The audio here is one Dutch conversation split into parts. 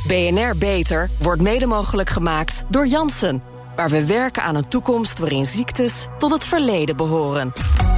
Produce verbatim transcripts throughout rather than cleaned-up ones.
B N R Beter wordt mede mogelijk gemaakt door Janssen, waar we werken aan een toekomst waarin ziektes tot het verleden behoren.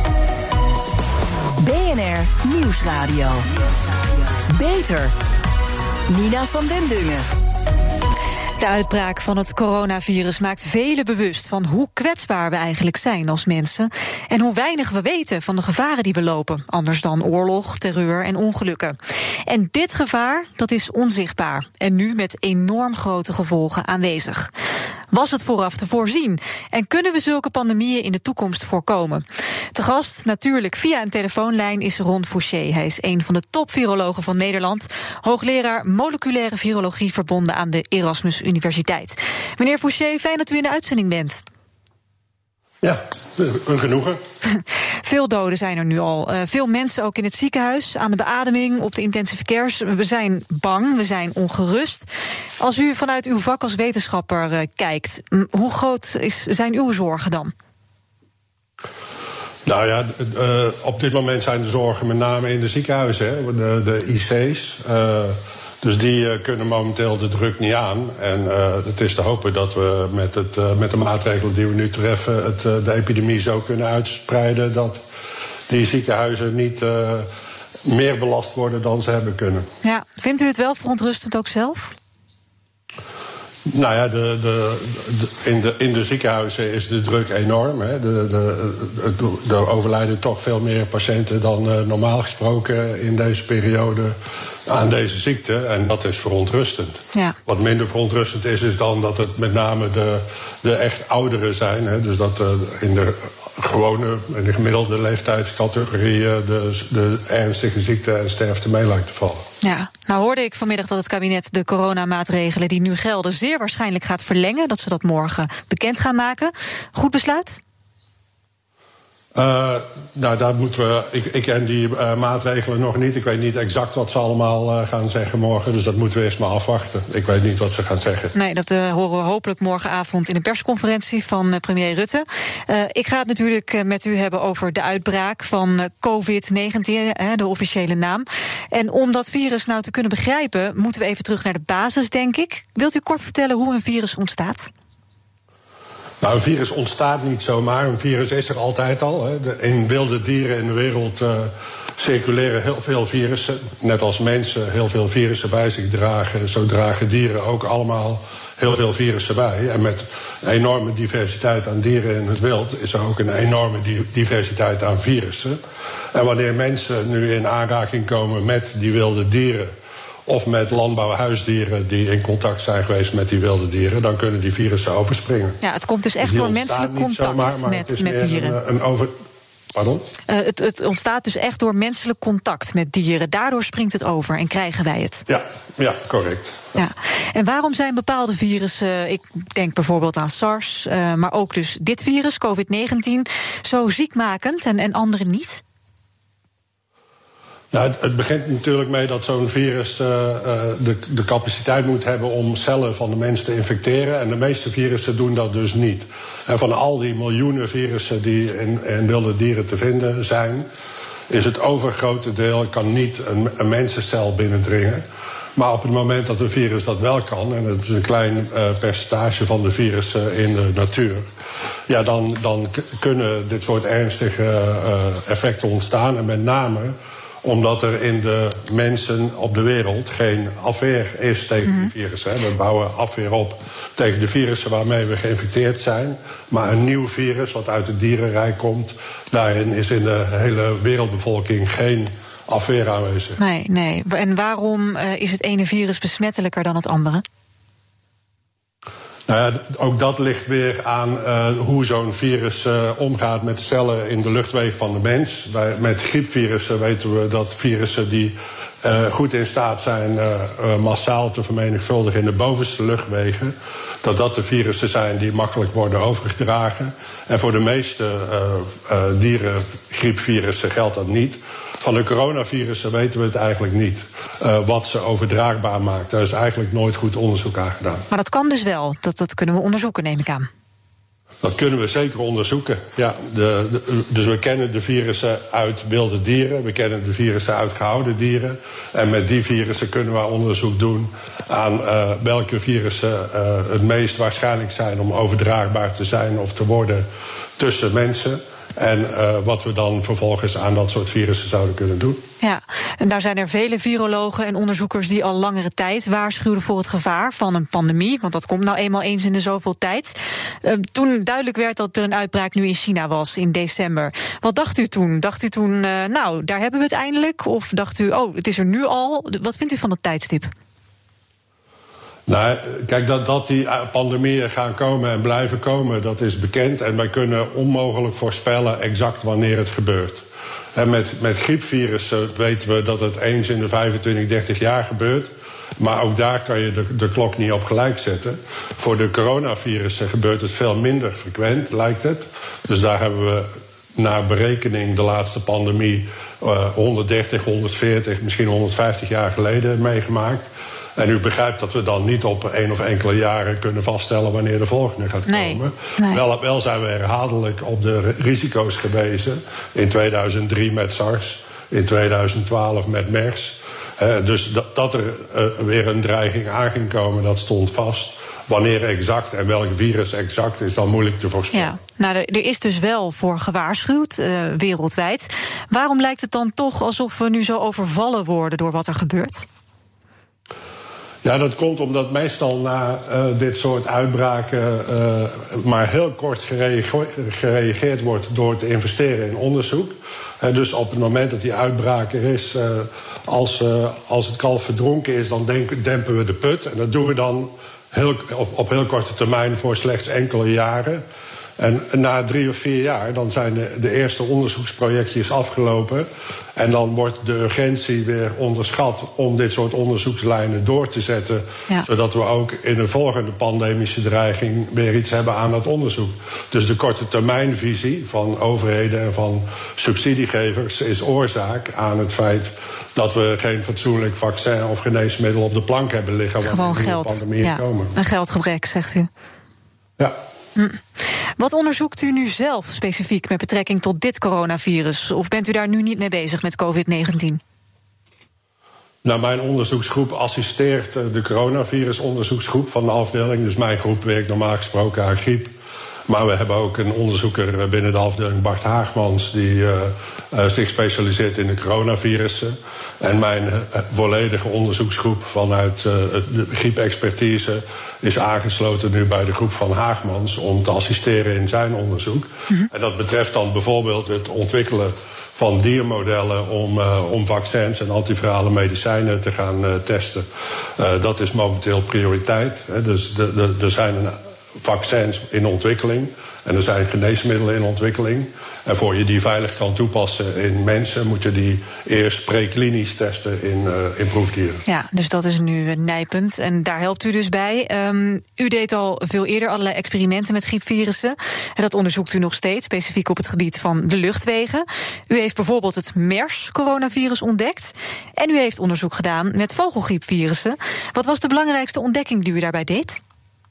B N R Nieuwsradio. Beter. Nina van den Dungen. De uitbraak van het coronavirus maakt velen bewust van hoe kwetsbaar we eigenlijk zijn als mensen en hoe weinig we weten van de gevaren die we lopen, anders dan oorlog, terreur en ongelukken. En dit gevaar, dat is onzichtbaar en nu met enorm grote gevolgen aanwezig. Was het vooraf te voorzien? En kunnen we zulke pandemieën in de toekomst voorkomen? Te gast, natuurlijk via een telefoonlijn, is Ron Fouché. Hij is een van de top-virologen van Nederland, hoogleraar moleculaire virologie verbonden aan de Erasmus Universiteit. Meneer Fouché, fijn dat u in de uitzending bent. Ja, een genoegen. Veel doden zijn er nu al. Uh, veel mensen ook in het ziekenhuis, aan de beademing, op de intensive cares. We zijn bang, we zijn ongerust. Als u vanuit uw vak als wetenschapper uh, kijkt, hoe groot is, zijn uw zorgen dan? Nou ja, uh, op dit moment zijn de zorgen met name in de ziekenhuizen, hè, de, de I C's. Uh, Dus die uh, kunnen momenteel de druk niet aan. En uh, het is te hopen dat we met, het, uh, met de maatregelen die we nu treffen het, uh, de epidemie zo kunnen uitspreiden dat die ziekenhuizen niet uh, meer belast worden dan ze hebben kunnen. Ja, vindt u het wel verontrustend ook zelf? Nou ja, de, de, de, in, de, in de ziekenhuizen is de druk enorm. Hè. De, de, de, er overlijden toch veel meer patiënten dan uh, normaal gesproken in deze periode aan deze ziekte. En dat is verontrustend. Ja. Wat minder verontrustend is, is dan dat het met name de, de echt ouderen zijn. Hè. Dus dat uh, in de gewone, in de gemiddelde leeftijdscategorie de, de ernstige ziekte en sterfte mee lijkt te vallen. Ja, nou hoorde ik vanmiddag dat het kabinet de coronamaatregelen die nu gelden zeer waarschijnlijk gaat verlengen, dat ze dat morgen bekend gaan maken. Goed besluit? Uh, nou, daar moeten we. Ik, ik ken die uh, maatregelen nog niet. Ik weet niet exact wat ze allemaal uh, gaan zeggen morgen. Dus dat moeten we eerst maar afwachten. Ik weet niet wat ze gaan zeggen. Nee, dat uh, horen we hopelijk morgenavond in een persconferentie van uh, premier Rutte. Uh, ik ga het natuurlijk uh, met u hebben over de uitbraak van uh, covid negentien, uh, de officiële naam. En om dat virus nou te kunnen begrijpen, moeten we even terug naar de basis, denk ik. Wilt u kort vertellen hoe een virus ontstaat? Nou, een virus ontstaat niet zomaar. Een virus is er altijd al. Hè. De, in wilde dieren in de wereld uh, circuleren heel veel virussen. Net als mensen heel veel virussen bij zich dragen. Zo dragen dieren ook allemaal heel veel virussen bij. En met een enorme diversiteit aan dieren in het wild is er ook een enorme diversiteit aan virussen. En wanneer mensen nu in aanraking komen met die wilde dieren, of met landbouwhuisdieren die in contact zijn geweest met die wilde dieren, dan kunnen die virussen overspringen. Ja, het komt dus echt dus door menselijk contact zomaar, met, met dieren. Een, een over... Pardon? Uh, het, het ontstaat dus echt door menselijk contact met dieren. Daardoor springt het over en krijgen wij het. Ja, ja, correct. Ja. En waarom zijn bepaalde virussen, ik denk bijvoorbeeld aan SARS, uh, maar ook dus dit virus, covid negentien, zo ziekmakend en, en andere niet? Nou, het, het begint natuurlijk mee dat zo'n virus uh, de, de capaciteit moet hebben om cellen van de mens te infecteren. En de meeste virussen doen dat dus niet. En van al die miljoenen virussen die in, in wilde dieren te vinden zijn, is het overgrote deel kan niet een, een mensencel binnendringen. Maar op het moment dat een virus dat wel kan, en het is een klein uh, percentage van de virussen in de natuur, ja, dan, dan k- kunnen dit soort ernstige uh, effecten ontstaan. En met name omdat er in de mensen op de wereld geen afweer is tegen mm-hmm. die virussen. We bouwen afweer op tegen de virussen waarmee we geïnfecteerd zijn. Maar een nieuw virus wat uit het dierenrijk komt, daarin is in de hele wereldbevolking geen afweer aanwezig. Nee, nee. En waarom uh, is het ene virus besmettelijker dan het andere? Nou ja, ook dat ligt weer aan uh, hoe zo'n virus uh, omgaat met cellen in de luchtwegen van de mens. Bij, met griepvirussen weten we dat virussen die uh, goed in staat zijn uh, uh, massaal te vermenigvuldigen in de bovenste luchtwegen, dat dat de virussen zijn die makkelijk worden overgedragen. En voor de meeste uh, uh, dierengriepvirussen geldt dat niet. Van de coronavirussen weten we het eigenlijk niet. Uh, wat ze overdraagbaar maakt. Daar is eigenlijk nooit goed onderzoek aan gedaan. Maar dat kan dus wel. Dat, dat kunnen we onderzoeken, neem ik aan. Dat kunnen we zeker onderzoeken. Ja, de, de, dus we kennen de virussen uit wilde dieren, we kennen de virussen uit gehouden dieren. En met die virussen kunnen we onderzoek doen aan uh, welke virussen uh, het meest waarschijnlijk zijn om overdraagbaar te zijn of te worden tussen mensen. En uh, wat we dan vervolgens aan dat soort virussen zouden kunnen doen. Ja, en daar zijn er vele virologen en onderzoekers die al langere tijd waarschuwden voor het gevaar van een pandemie. Want dat komt nou eenmaal eens in de zoveel tijd. Uh, toen duidelijk werd dat er een uitbraak nu in China was in december. Wat dacht u toen? Dacht u toen, uh, nou, daar hebben we het eindelijk? Of dacht u, oh, het is er nu al? Wat vindt u van dat tijdstip? Nou, kijk, dat, dat die pandemieën gaan komen en blijven komen, dat is bekend. En wij kunnen onmogelijk voorspellen exact wanneer het gebeurt. En met, met griepvirussen weten we dat het eens in de vijfentwintig, dertig jaar gebeurt. Maar ook daar kan je de, de klok niet op gelijk zetten. Voor de coronavirussen gebeurt het veel minder frequent, lijkt het. Dus daar hebben we naar berekening de laatste pandemie uh, honderddertig, honderdveertig, misschien honderdvijftig jaar geleden meegemaakt. En u begrijpt dat we dan niet op één of enkele jaren kunnen vaststellen wanneer de volgende gaat nee, komen. Nee. Wel, wel zijn we herhaaldelijk op de risico's gewezen. In tweeduizend drie met SARS, in tweeduizend twaalf met MERS. Uh, dus dat, dat er uh, weer een dreiging aan ging komen, dat stond vast. Wanneer exact en welk virus exact is dan moeilijk te voorspellen. Ja, nou, er, er is dus wel voor gewaarschuwd, uh, wereldwijd. Waarom lijkt het dan toch alsof we nu zo overvallen worden door wat er gebeurt? Ja, dat komt omdat meestal na uh, dit soort uitbraken uh, maar heel kort gereageerd, gereageerd wordt door te investeren in onderzoek. Uh, dus op het moment dat die uitbraak er is, uh, als, uh, als het kalf verdronken is, dan denk, dempen we de put. En dat doen we dan heel, op, op heel korte termijn voor slechts enkele jaren. En na drie of vier jaar, dan zijn de, de eerste onderzoeksprojectjes afgelopen. En dan wordt de urgentie weer onderschat om dit soort onderzoekslijnen door te zetten. Ja. Zodat we ook in een volgende pandemische dreiging weer iets hebben aan dat onderzoek. Dus de korte termijnvisie van overheden en van subsidiegevers is oorzaak aan het feit dat we geen fatsoenlijk vaccin of geneesmiddel op de plank hebben liggen. Gewoon geld. Ja, komen. Een geldgebrek, zegt u. Ja. Hm. Wat onderzoekt u nu zelf specifiek met betrekking tot dit coronavirus? Of bent u daar nu niet mee bezig met covid negentien? Nou, mijn onderzoeksgroep assisteert de coronavirusonderzoeksgroep van de afdeling. Dus mijn groep werkt normaal gesproken aan griep. Maar we hebben ook een onderzoeker binnen de afdeling, Bart Haagmans, die uh, uh, zich specialiseert in de coronavirussen. En mijn uh, volledige onderzoeksgroep vanuit uh, de griepexpertise is aangesloten nu bij de groep van Haagmans om te assisteren in zijn onderzoek. Mm-hmm. En dat betreft dan bijvoorbeeld het ontwikkelen van diermodellen om, uh, om vaccins en antivirale medicijnen te gaan uh, testen. Uh, dat is momenteel prioriteit. Hè. Dus de, de, er zijn een vaccins in ontwikkeling en er zijn geneesmiddelen in ontwikkeling. En voor je die veilig kan toepassen in mensen, moet je die eerst preklinisch testen in, uh, in proefdieren. Ja, dus dat is nu nijpend en daar helpt u dus bij. Um, u deed al veel eerder allerlei experimenten met griepvirussen. En dat onderzoekt u nog steeds, specifiek op het gebied van de luchtwegen. U heeft bijvoorbeeld het MERS-coronavirus ontdekt. En u heeft onderzoek gedaan met vogelgriepvirussen. Wat was de belangrijkste ontdekking die u daarbij deed?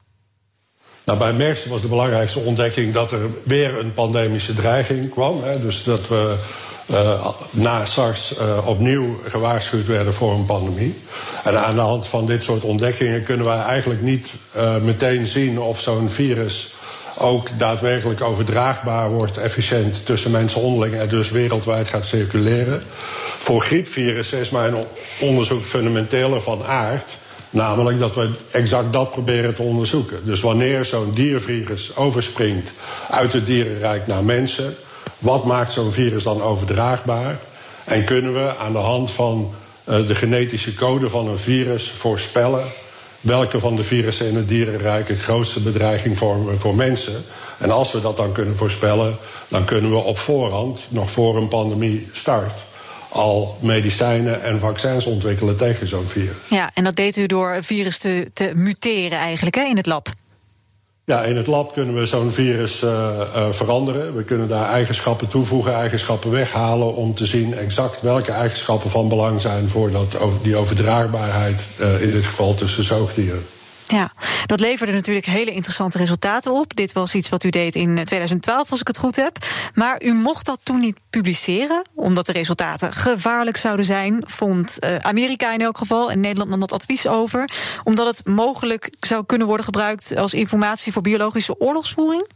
Nou, bij MERS was de belangrijkste ontdekking dat er weer een pandemische dreiging kwam. Hè, dus dat we uh, na SARS uh, opnieuw gewaarschuwd werden voor een pandemie. En aan de hand van dit soort ontdekkingen kunnen wij eigenlijk niet uh, meteen zien of zo'n virus ook daadwerkelijk overdraagbaar wordt, efficiënt tussen mensen onderling en dus wereldwijd gaat circuleren. Voor griepvirussen is mijn onderzoek fundamenteler van aard. Namelijk dat we exact dat proberen te onderzoeken. Dus wanneer zo'n diervirus overspringt uit het dierenrijk naar mensen, wat maakt zo'n virus dan overdraagbaar? En kunnen we aan de hand van uh, de genetische code van een virus voorspellen welke van de virussen in het dierenrijk een grootste bedreiging vormen voor mensen? En als we dat dan kunnen voorspellen, dan kunnen we op voorhand, nog voor een pandemie start, al medicijnen en vaccins ontwikkelen tegen zo'n virus. Ja, en dat deed u door een virus te, te muteren eigenlijk, hè, in het lab? Ja, in het lab kunnen we zo'n virus uh, uh, veranderen. We kunnen daar eigenschappen toevoegen, eigenschappen weghalen om te zien exact welke eigenschappen van belang zijn voor dat, die overdraagbaarheid, uh, in dit geval tussen zoogdieren. Ja, Dat leverde natuurlijk hele interessante resultaten op. Dit was iets wat u deed in tweeduizend twaalf, als ik het goed heb. Maar u mocht dat toen niet publiceren, omdat de resultaten gevaarlijk zouden zijn, vond uh, Amerika in elk geval, en Nederland nam dat advies over, omdat het mogelijk zou kunnen worden gebruikt als informatie voor biologische oorlogsvoering?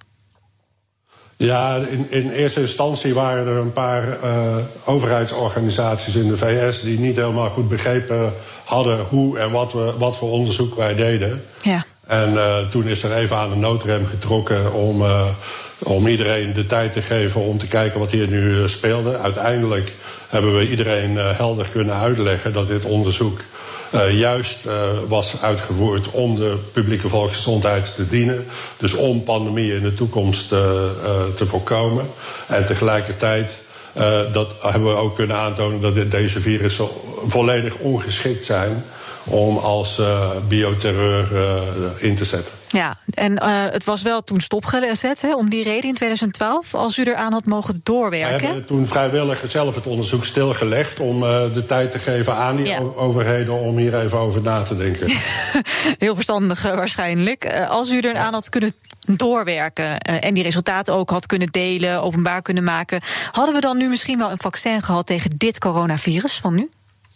Ja, in, in eerste instantie waren er een paar uh, overheidsorganisaties in de V S die niet helemaal goed begrepen hadden hoe en wat, we, wat voor onderzoek wij deden. Ja. En uh, toen is er even aan de noodrem getrokken om, uh, om iedereen de tijd te geven om te kijken wat hier nu uh, speelde. Uiteindelijk hebben we iedereen uh, helder kunnen uitleggen dat dit onderzoek Uh, juist uh, was uitgevoerd om de publieke volksgezondheid te dienen. Dus om pandemieën in de toekomst uh, uh, te voorkomen. En tegelijkertijd uh, dat hebben we ook kunnen aantonen dat dit, deze virussen volledig ongeschikt zijn om als uh, bioterreur uh, in te zetten. Ja, en uh, het was wel toen stopgezet, hè, om die reden in tweeduizend twaalf, als u eraan had mogen doorwerken. We hebben toen vrijwillig zelf het onderzoek stilgelegd om uh, de tijd te geven aan die ja. overheden om hier even over na te denken. Heel verstandig uh, waarschijnlijk. Uh, als u eraan had kunnen doorwerken uh, en die resultaten ook had kunnen delen, openbaar kunnen maken, hadden we dan nu misschien wel een vaccin gehad tegen dit coronavirus van nu?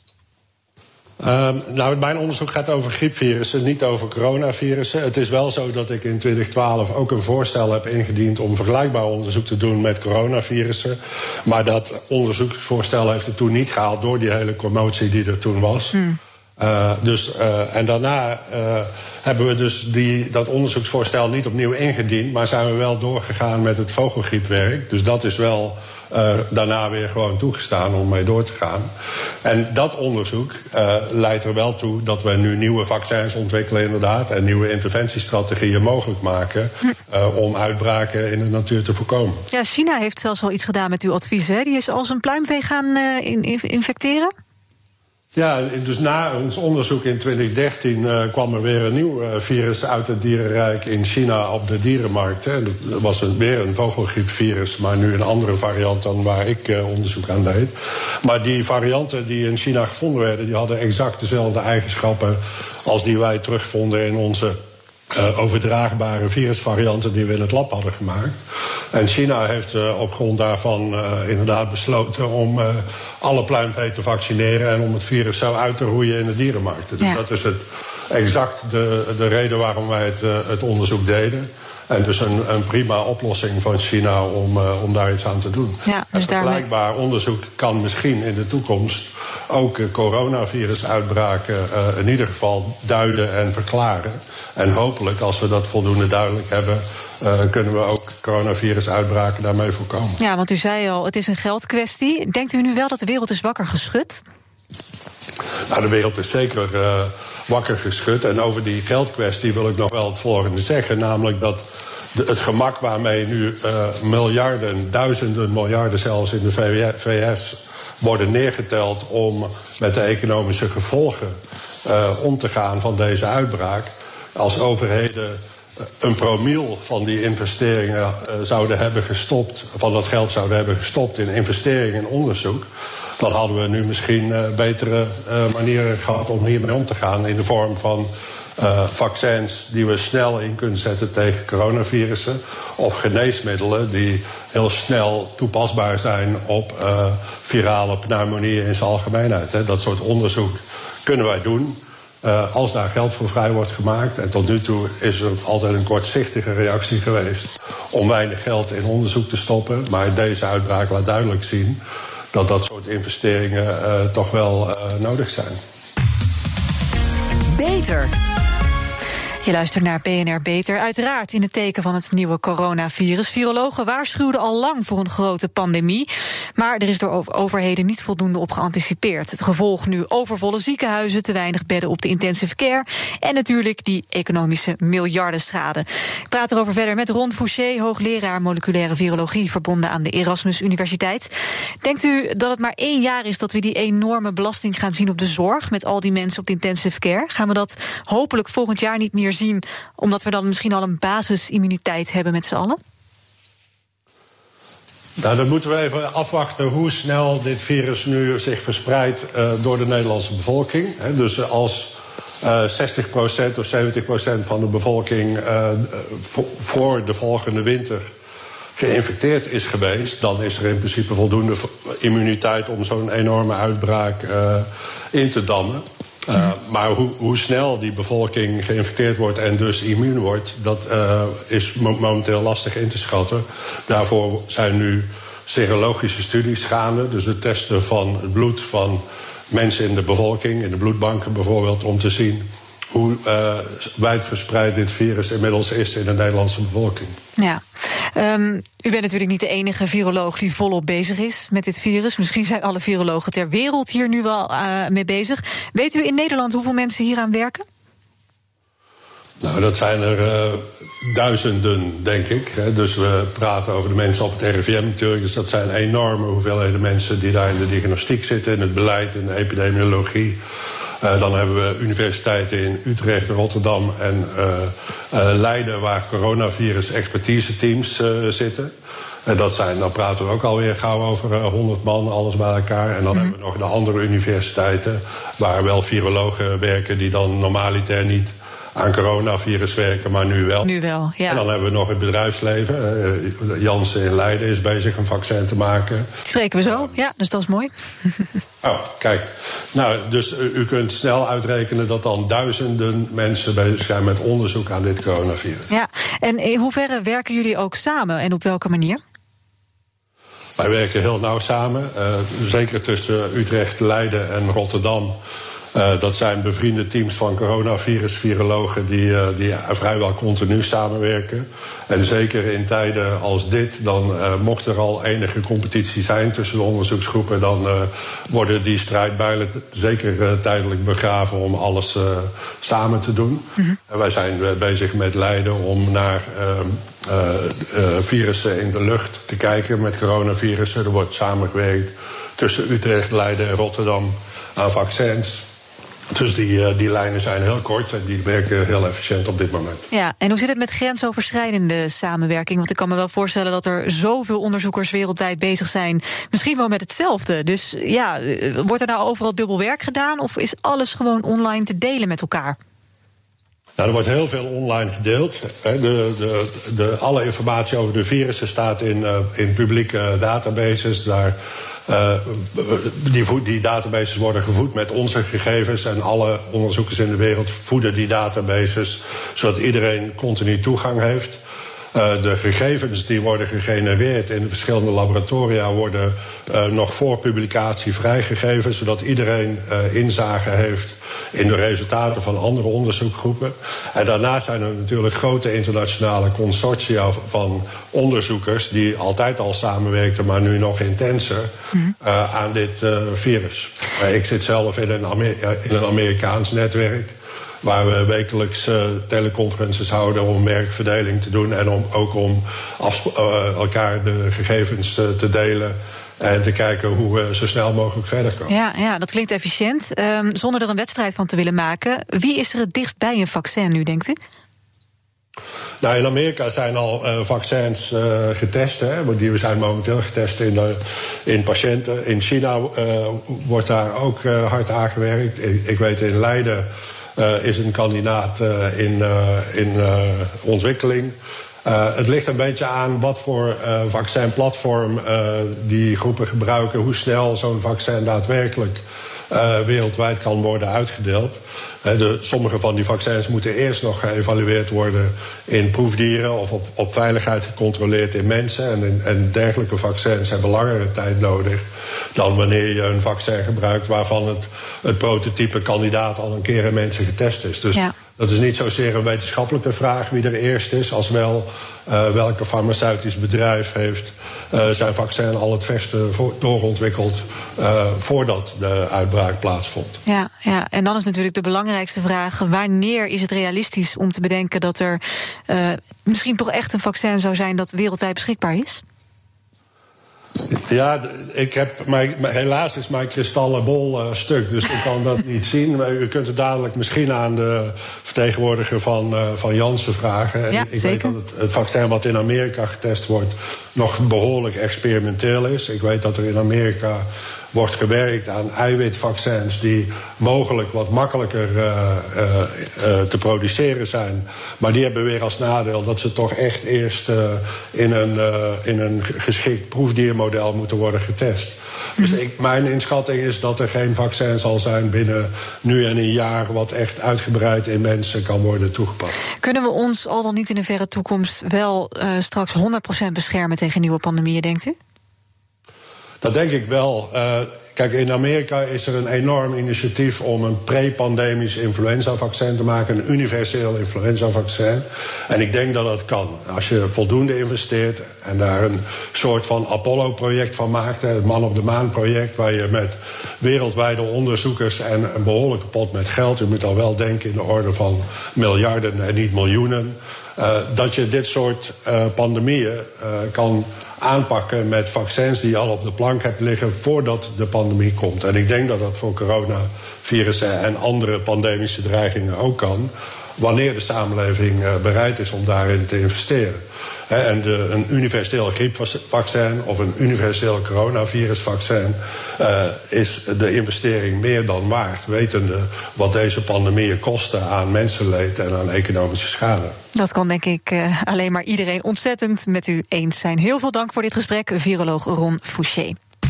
Uh, nou, mijn onderzoek gaat over griepvirussen, niet over coronavirussen. Het is wel zo dat ik in twintig twaalf ook een voorstel heb ingediend om vergelijkbaar onderzoek te doen met coronavirussen. Maar dat onderzoeksvoorstel heeft het toen niet gehaald door die hele commotie die er toen was. Hmm. Uh, dus, uh, en daarna uh, hebben we dus die, dat onderzoeksvoorstel niet opnieuw ingediend, maar zijn we wel doorgegaan met het vogelgriepwerk. Dus dat is wel Uh, daarna weer gewoon toegestaan om mee door te gaan. En dat onderzoek uh, leidt er wel toe dat we nu nieuwe vaccins ontwikkelen inderdaad en nieuwe interventiestrategieën mogelijk maken uh, om uitbraken in de natuur te voorkomen. Ja, China heeft zelfs al iets gedaan met uw advies, hè? Die is als een pluimvee gaan uh, in, in, infecteren? Ja, dus na ons onderzoek in twintig dertien uh, kwam er weer een nieuw uh, virus uit het dierenrijk in China op de dierenmarkt. Hè. Dat was een, weer een vogelgriepvirus, maar nu een andere variant dan waar ik uh, onderzoek aan deed. Maar die varianten die in China gevonden werden, die hadden exact dezelfde eigenschappen als die wij terugvonden in onze Uh, overdraagbare virusvarianten die we in het lab hadden gemaakt. En China heeft uh, op grond daarvan uh, inderdaad besloten om uh, alle pluimvee te vaccineren en om het virus zo uit te roeien in de dierenmarkten. Dus ja. dat is het, exact de, de reden waarom wij het, uh, het onderzoek deden. En dus een, een prima oplossing van China om, uh, om daar iets aan te doen. Ja, dus vergelijkbaar daarmee... onderzoek kan misschien in de toekomst ook uh, coronavirusuitbraken uh, in ieder geval duiden en verklaren. En hopelijk, als we dat voldoende duidelijk hebben, uh, kunnen we ook coronavirusuitbraken daarmee voorkomen. Ja, want u zei al, het is een geldkwestie. Denkt u nu wel dat de wereld is wakker geschud? Nou, de wereld is zeker uh, wakker geschud. En over die geldkwestie wil ik nog wel het volgende zeggen. Namelijk dat de, het gemak waarmee nu uh, miljarden, duizenden miljarden zelfs in de V S worden neergeteld om met de economische gevolgen uh, om te gaan van deze uitbraak. Als overheden een promiel van die investeringen uh, zouden hebben gestopt, van dat geld zouden hebben gestopt in investeringen in onderzoek, dan hadden we nu misschien uh, betere uh, manieren gehad om hiermee om te gaan in de vorm van uh, vaccins die we snel in kunnen zetten tegen coronavirussen, of geneesmiddelen die heel snel toepasbaar zijn op uh, virale pneumonieën in zijn algemeenheid. Hè. Dat soort onderzoek kunnen wij doen uh, als daar geld voor vrij wordt gemaakt. En tot nu toe is er altijd een kortzichtige reactie geweest om weinig geld in onderzoek te stoppen. Maar deze uitbraak laat duidelijk zien dat dat soort investeringen uh, toch wel uh, nodig zijn. Beter. Je luistert naar B N R Beter, uiteraard in het teken van het nieuwe coronavirus. Virologen waarschuwden al lang voor een grote pandemie, maar er is door overheden niet voldoende op geanticipeerd. Het gevolg nu overvolle ziekenhuizen, te weinig bedden op de intensive care en natuurlijk die economische miljardenschade. Ik praat erover verder met Ron Fouché, hoogleraar moleculaire virologie verbonden aan de Erasmus Universiteit. Denkt u dat het maar één jaar is dat we die enorme belasting gaan zien op de zorg met al die mensen op de intensive care? Gaan we dat hopelijk volgend jaar niet meer zien, omdat we dan misschien al een basisimmuniteit hebben met z'n allen? Nou, dan moeten we even afwachten hoe snel dit virus nu zich verspreidt uh, door de Nederlandse bevolking. He, dus als uh, zestig procent of zeventig procent van de bevolking uh, vo- voor de volgende winter geïnfecteerd is geweest, dan is er in principe voldoende immuniteit om zo'n enorme uitbraak uh, in te dammen. Uh, maar hoe, hoe snel die bevolking geïnfecteerd wordt en dus immuun wordt, dat uh, is mo- momenteel lastig in te schatten. Daarvoor zijn nu serologische studies gaande, dus het testen van het bloed van mensen in de bevolking, in de bloedbanken bijvoorbeeld, om te zien hoe uh, wijdverspreid dit virus inmiddels is in de Nederlandse bevolking. Ja, um, u bent natuurlijk niet de enige viroloog die volop bezig is met dit virus. Misschien zijn alle virologen ter wereld hier nu wel uh, mee bezig. Weet u in Nederland hoeveel mensen hieraan werken? Nou, dat zijn er uh, duizenden, denk ik. Hè. Dus we praten over de mensen op het R I V M natuurlijk. Dus dat zijn enorme hoeveelheden mensen die daar in de diagnostiek zitten, in het beleid, in de epidemiologie. Uh, dan hebben we universiteiten in Utrecht, Rotterdam en uh, uh, Leiden, waar coronavirus-expertise-teams uh, zitten. En dat zijn, dan praten we ook alweer gauw over uh, honderd man, alles bij elkaar. En dan mm. hebben we nog de andere universiteiten, waar wel virologen werken die dan normaliter niet aan coronavirus werken, maar nu wel. Nu wel, ja. En dan hebben we nog het bedrijfsleven. Uh, Janssen in Leiden is bezig een vaccin te maken. Die spreken we zo, ja, dus dat is mooi. Oh, kijk. Nou, dus uh, u kunt snel uitrekenen dat dan duizenden mensen bezig zijn met onderzoek aan dit coronavirus. Ja, en in hoeverre werken jullie ook samen en op welke manier? Wij werken heel nauw samen, uh, zeker tussen Utrecht, Leiden en Rotterdam. Uh, dat zijn bevriende teams van coronavirus-virologen die, uh, die vrijwel continu samenwerken. En zeker in tijden als dit, dan uh, mocht er al enige competitie zijn tussen de onderzoeksgroepen, dan uh, worden die strijdbijlen zeker uh, tijdelijk begraven om alles uh, samen te doen. Mm-hmm. En wij zijn uh, bezig met Leiden om naar uh, uh, uh, virussen in de lucht te kijken met coronavirussen. Er wordt samengewerkt tussen Utrecht, Leiden en Rotterdam aan vaccins. Dus die, die lijnen zijn heel kort en die werken heel efficiënt op dit moment. Ja, en hoe zit het met grensoverschrijdende samenwerking? Want ik kan me wel voorstellen dat er zoveel onderzoekers wereldwijd bezig zijn. Misschien wel met hetzelfde. Dus ja, wordt er nou overal dubbel werk gedaan? Of is alles gewoon online te delen met elkaar? Nou, er wordt heel veel online gedeeld. De, de, de, alle informatie over de virussen staat in, uh, in publieke databases. Daar, uh, die, die databases worden gevoed met onze gegevens. En alle onderzoekers in de wereld voeden die databases, zodat iedereen continu toegang heeft. Uh, de gegevens die worden gegenereerd in de verschillende laboratoria worden uh, nog voor publicatie vrijgegeven, zodat iedereen uh, inzage heeft in de resultaten van andere onderzoekgroepen. En daarnaast zijn er natuurlijk grote internationale consortia van onderzoekers die altijd al samenwerkten, maar nu nog intenser mm-hmm. uh, aan dit uh, virus. Uh, ik zit zelf in een, Amer- in een Amerikaans netwerk, waar we wekelijks uh, teleconferences houden om werkverdeling te doen en om, ook om afsp- uh, elkaar de gegevens uh, te delen en te kijken hoe we zo snel mogelijk verder komen. Ja, ja, dat klinkt efficiënt. Um, zonder er een wedstrijd van te willen maken. Wie is er het dichtst bij een vaccin nu, denkt u? Nou, in Amerika zijn al uh, vaccins uh, getest. Hè, die zijn momenteel getest in, de, in patiënten. In China uh, wordt daar ook uh, hard aan gewerkt. Ik, ik weet in Leiden uh, is een kandidaat uh, in, uh, in uh, ontwikkeling. Uh, het ligt een beetje aan wat voor uh, vaccinplatform uh, die groepen gebruiken, hoe snel zo'n vaccin daadwerkelijk uh, wereldwijd kan worden uitgedeeld. Uh, de, sommige van die vaccins moeten eerst nog geëvalueerd worden in proefdieren of op, op veiligheid gecontroleerd in mensen. En, in, en dergelijke vaccins hebben langere tijd nodig dan wanneer je een vaccin gebruikt waarvan het, het prototype kandidaat al een keer in mensen getest is. Dus ja. Dat is niet zozeer een wetenschappelijke vraag wie er eerst is, als wel uh, welke farmaceutisch bedrijf heeft uh, zijn vaccin al het verste voor, doorontwikkeld uh, voordat de uitbraak plaatsvond. Ja, ja, en dan is natuurlijk de belangrijkste vraag: wanneer is het realistisch om te bedenken dat er uh, misschien toch echt een vaccin zou zijn dat wereldwijd beschikbaar is? Ja, ik heb, mijn, helaas is mijn kristallen bol uh, stuk, dus ik kan dat niet zien. Maar u kunt het dadelijk misschien aan de vertegenwoordiger van, uh, van Janssen vragen. Ja, en ik zeker. weet dat het, het vaccin wat in Amerika getest wordt nog behoorlijk experimenteel is. Ik weet dat er in Amerika wordt gewerkt aan eiwitvaccins die mogelijk wat makkelijker uh, uh, uh, te produceren zijn. Maar die hebben weer als nadeel dat ze toch echt eerst uh, in, een, uh, in een geschikt proefdiermodel moeten worden getest. Dus ik, mijn inschatting is dat er geen vaccin zal zijn binnen nu en een jaar wat echt uitgebreid in mensen kan worden toegepast. Kunnen we ons al dan niet in de verre toekomst wel uh, straks honderd procent beschermen tegen nieuwe pandemieën, denkt u? Dat denk ik wel. Uh, kijk, in Amerika is er een enorm initiatief om een pre-pandemisch influenzavaccin te maken, een universeel influenzavaccin. En ik denk dat dat kan. Als je voldoende investeert en daar een soort van Apollo-project van maakt, het Man op de Maan-project, waar je met wereldwijde onderzoekers en een behoorlijke pot met geld, je moet al wel denken in de orde van miljarden en niet miljoenen, Uh, dat je dit soort uh, pandemieën uh, kan aanpakken met vaccins die je al op de plank hebt liggen voordat de pandemie komt. En ik denk dat dat voor coronavirussen en andere pandemische dreigingen ook kan, wanneer de samenleving uh, bereid is om daarin te investeren. He, en de, een universeel griepvaccin of een universeel coronavirusvaccin uh, is de investering meer dan waard, wetende wat deze pandemieën kosten aan mensenleed en aan economische schade. Dat kan denk ik uh, alleen maar iedereen ontzettend met u eens zijn. Heel veel dank voor dit gesprek, viroloog Ron Fouché.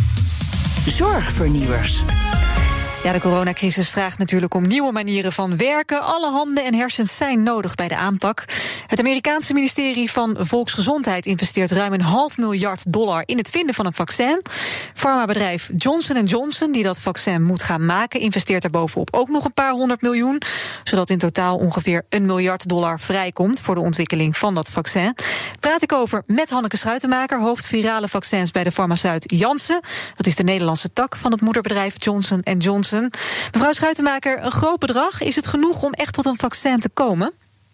Zorgvernieuwers. Ja, de coronacrisis vraagt natuurlijk om nieuwe manieren van werken. Alle handen en hersens zijn nodig bij de aanpak. Het Amerikaanse ministerie van Volksgezondheid investeert ruim een half miljard dollar in het vinden van een vaccin. Farmabedrijf Johnson en Johnson, die dat vaccin moet gaan maken, investeert daar bovenop ook nog een paar honderd miljoen, zodat in totaal ongeveer een miljard dollar vrijkomt voor de ontwikkeling van dat vaccin. Praat ik over met Hanneke Schuitenmaker, hoofd virale vaccins bij de farmaceut Janssen. Dat is de Nederlandse tak van het moederbedrijf Johnson en Johnson. Mevrouw Schuitenmaker, een groot bedrag. Is het genoeg om echt tot een vaccin te komen?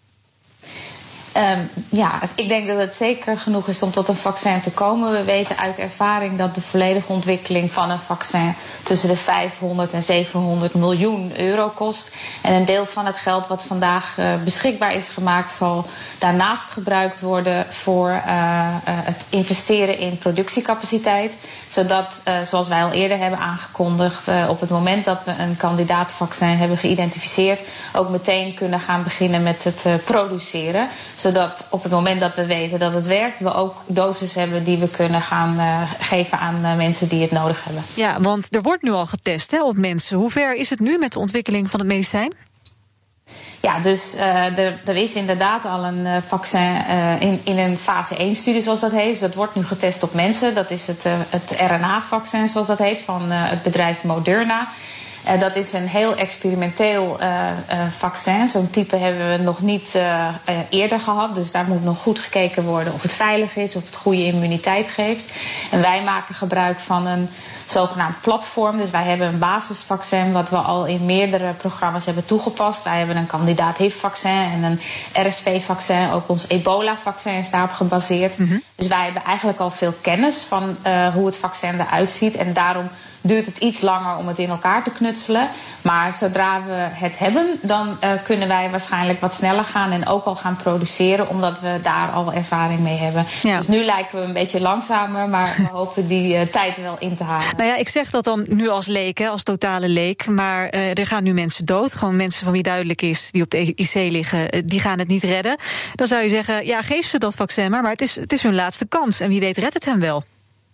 Um, ja, ik denk dat het zeker genoeg is om tot een vaccin te komen. We weten uit ervaring dat de volledige ontwikkeling van een vaccin tussen de vijfhonderd en zevenhonderd miljoen euro kost. En een deel van het geld wat vandaag uh, beschikbaar is gemaakt zal daarnaast gebruikt worden voor uh, uh, het investeren in productiecapaciteit. Zodat, uh, zoals wij al eerder hebben aangekondigd, uh, op het moment dat we een kandidaatvaccin hebben geïdentificeerd, ook meteen kunnen gaan beginnen met het uh, produceren. Zodat op het moment dat we weten dat het werkt, we ook doses hebben die we kunnen gaan uh, geven aan uh, mensen die het nodig hebben. Ja, want er wordt nu al getest hè, op mensen. Hoe ver is het nu met de ontwikkeling van het medicijn? Ja, dus uh, er, er is inderdaad al een uh, vaccin uh, in, in een fase één studie, zoals dat heet. Dus dat wordt nu getest op mensen. Dat is het, uh, het R N A-vaccin, zoals dat heet, van uh, het bedrijf Moderna. Uh, dat is een heel experimenteel uh, uh, vaccin. Zo'n type hebben we nog niet uh, uh, eerder gehad. Dus daar moet nog goed gekeken worden of het veilig is, of het goede immuniteit geeft. En wij maken gebruik van een zogenaamd platform. Dus wij hebben een basisvaccin wat we al in meerdere programma's hebben toegepast. Wij hebben een kandidaat H I V-vaccin en een R S V-vaccin. Ook ons ebola-vaccin is daarop gebaseerd. Mm-hmm. Dus wij hebben eigenlijk al veel kennis van uh, hoe het vaccin eruit ziet. En daarom duurt het iets langer om het in elkaar te knutselen. Maar zodra we het hebben, dan uh, kunnen wij waarschijnlijk wat sneller gaan en ook al gaan produceren, omdat we daar al ervaring mee hebben. Ja. Dus nu lijken we een beetje langzamer, maar we hopen die uh, tijd wel in te halen. Nou ja, ik zeg dat dan nu als leek, hè, als totale leek. Maar uh, er gaan nu mensen dood. Gewoon mensen van wie duidelijk is, die op de I C liggen, uh, die gaan het niet redden. Dan zou je zeggen, ja, geef ze dat vaccin maar, maar het is, het is hun laatste kans. En wie weet redt het hem wel.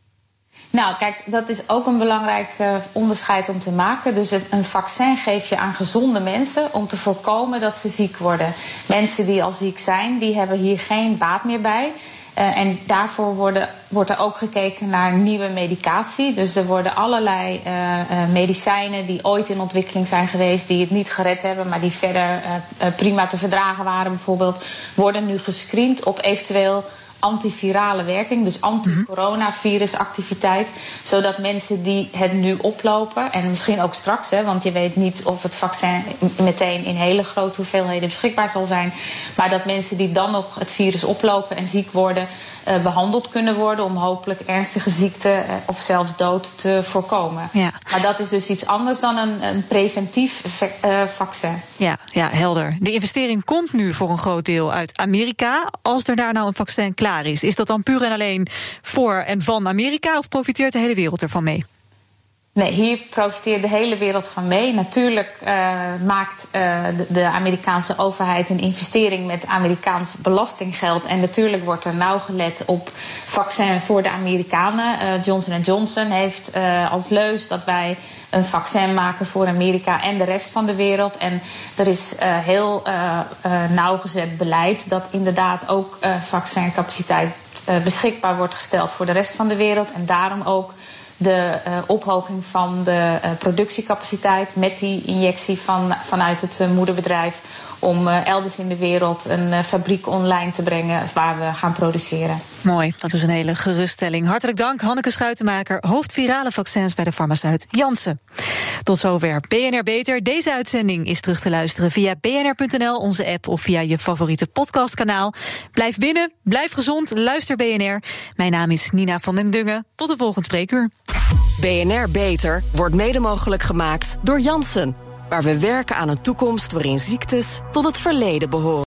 Nou, kijk, dat is ook een belangrijk uh, onderscheid om te maken. Dus het, een vaccin geef je aan gezonde mensen om te voorkomen dat ze ziek worden. Mensen die al ziek zijn, die hebben hier geen baat meer bij. Uh, en daarvoor worden, wordt er ook gekeken naar nieuwe medicatie. Dus er worden allerlei uh, uh, medicijnen die ooit in ontwikkeling zijn geweest, die het niet gered hebben, maar die verder uh, uh, prima te verdragen waren bijvoorbeeld, worden nu gescreend op eventueel antivirale werking, dus anti-coronavirusactiviteit, zodat mensen die het nu oplopen, en misschien ook straks, hè, want je weet niet of het vaccin meteen in hele grote hoeveelheden beschikbaar zal zijn, maar dat mensen die dan nog het virus oplopen en ziek worden, uh, behandeld kunnen worden om hopelijk ernstige ziekte uh, of zelfs dood te voorkomen. Ja. Maar dat is dus iets anders dan een, een preventief uh, vaccin. Ja, ja, helder. De investering komt nu voor een groot deel uit Amerika. Als er daar nou een vaccin klaar is, is dat dan puur en alleen voor en van Amerika, of profiteert de hele wereld ervan mee? Nee, hier profiteert de hele wereld van mee. Natuurlijk uh, maakt uh, de, de Amerikaanse overheid een investering met Amerikaans belastinggeld. En natuurlijk wordt er nauw gelet op vaccin voor de Amerikanen. Uh, Johnson en Johnson heeft uh, als leus dat wij een vaccin maken voor Amerika en de rest van de wereld. En er is uh, heel uh, uh, nauwgezet beleid dat inderdaad ook uh, vaccincapaciteit uh, beschikbaar wordt gesteld voor de rest van de wereld. En daarom ook de uh, ophoging van de uh, productiecapaciteit met die injectie van, vanuit het uh, moederbedrijf om uh, elders in de wereld een uh, fabriek online te brengen waar we gaan produceren. Mooi, dat is een hele geruststelling. Hartelijk dank, Hanneke Schuitenmaker, hoofd virale vaccins bij de farmaceut Janssen. Tot zover B N R Beter. Deze uitzending is terug te luisteren via b n r punt n l, onze app of via je favoriete podcastkanaal. Blijf binnen, blijf gezond, luister B N R. Mijn naam is Nina van den Dungen. Tot de volgende spreekuur. B N R Beter wordt mede mogelijk gemaakt door Janssen, waar we werken aan een toekomst waarin ziektes tot het verleden behoren.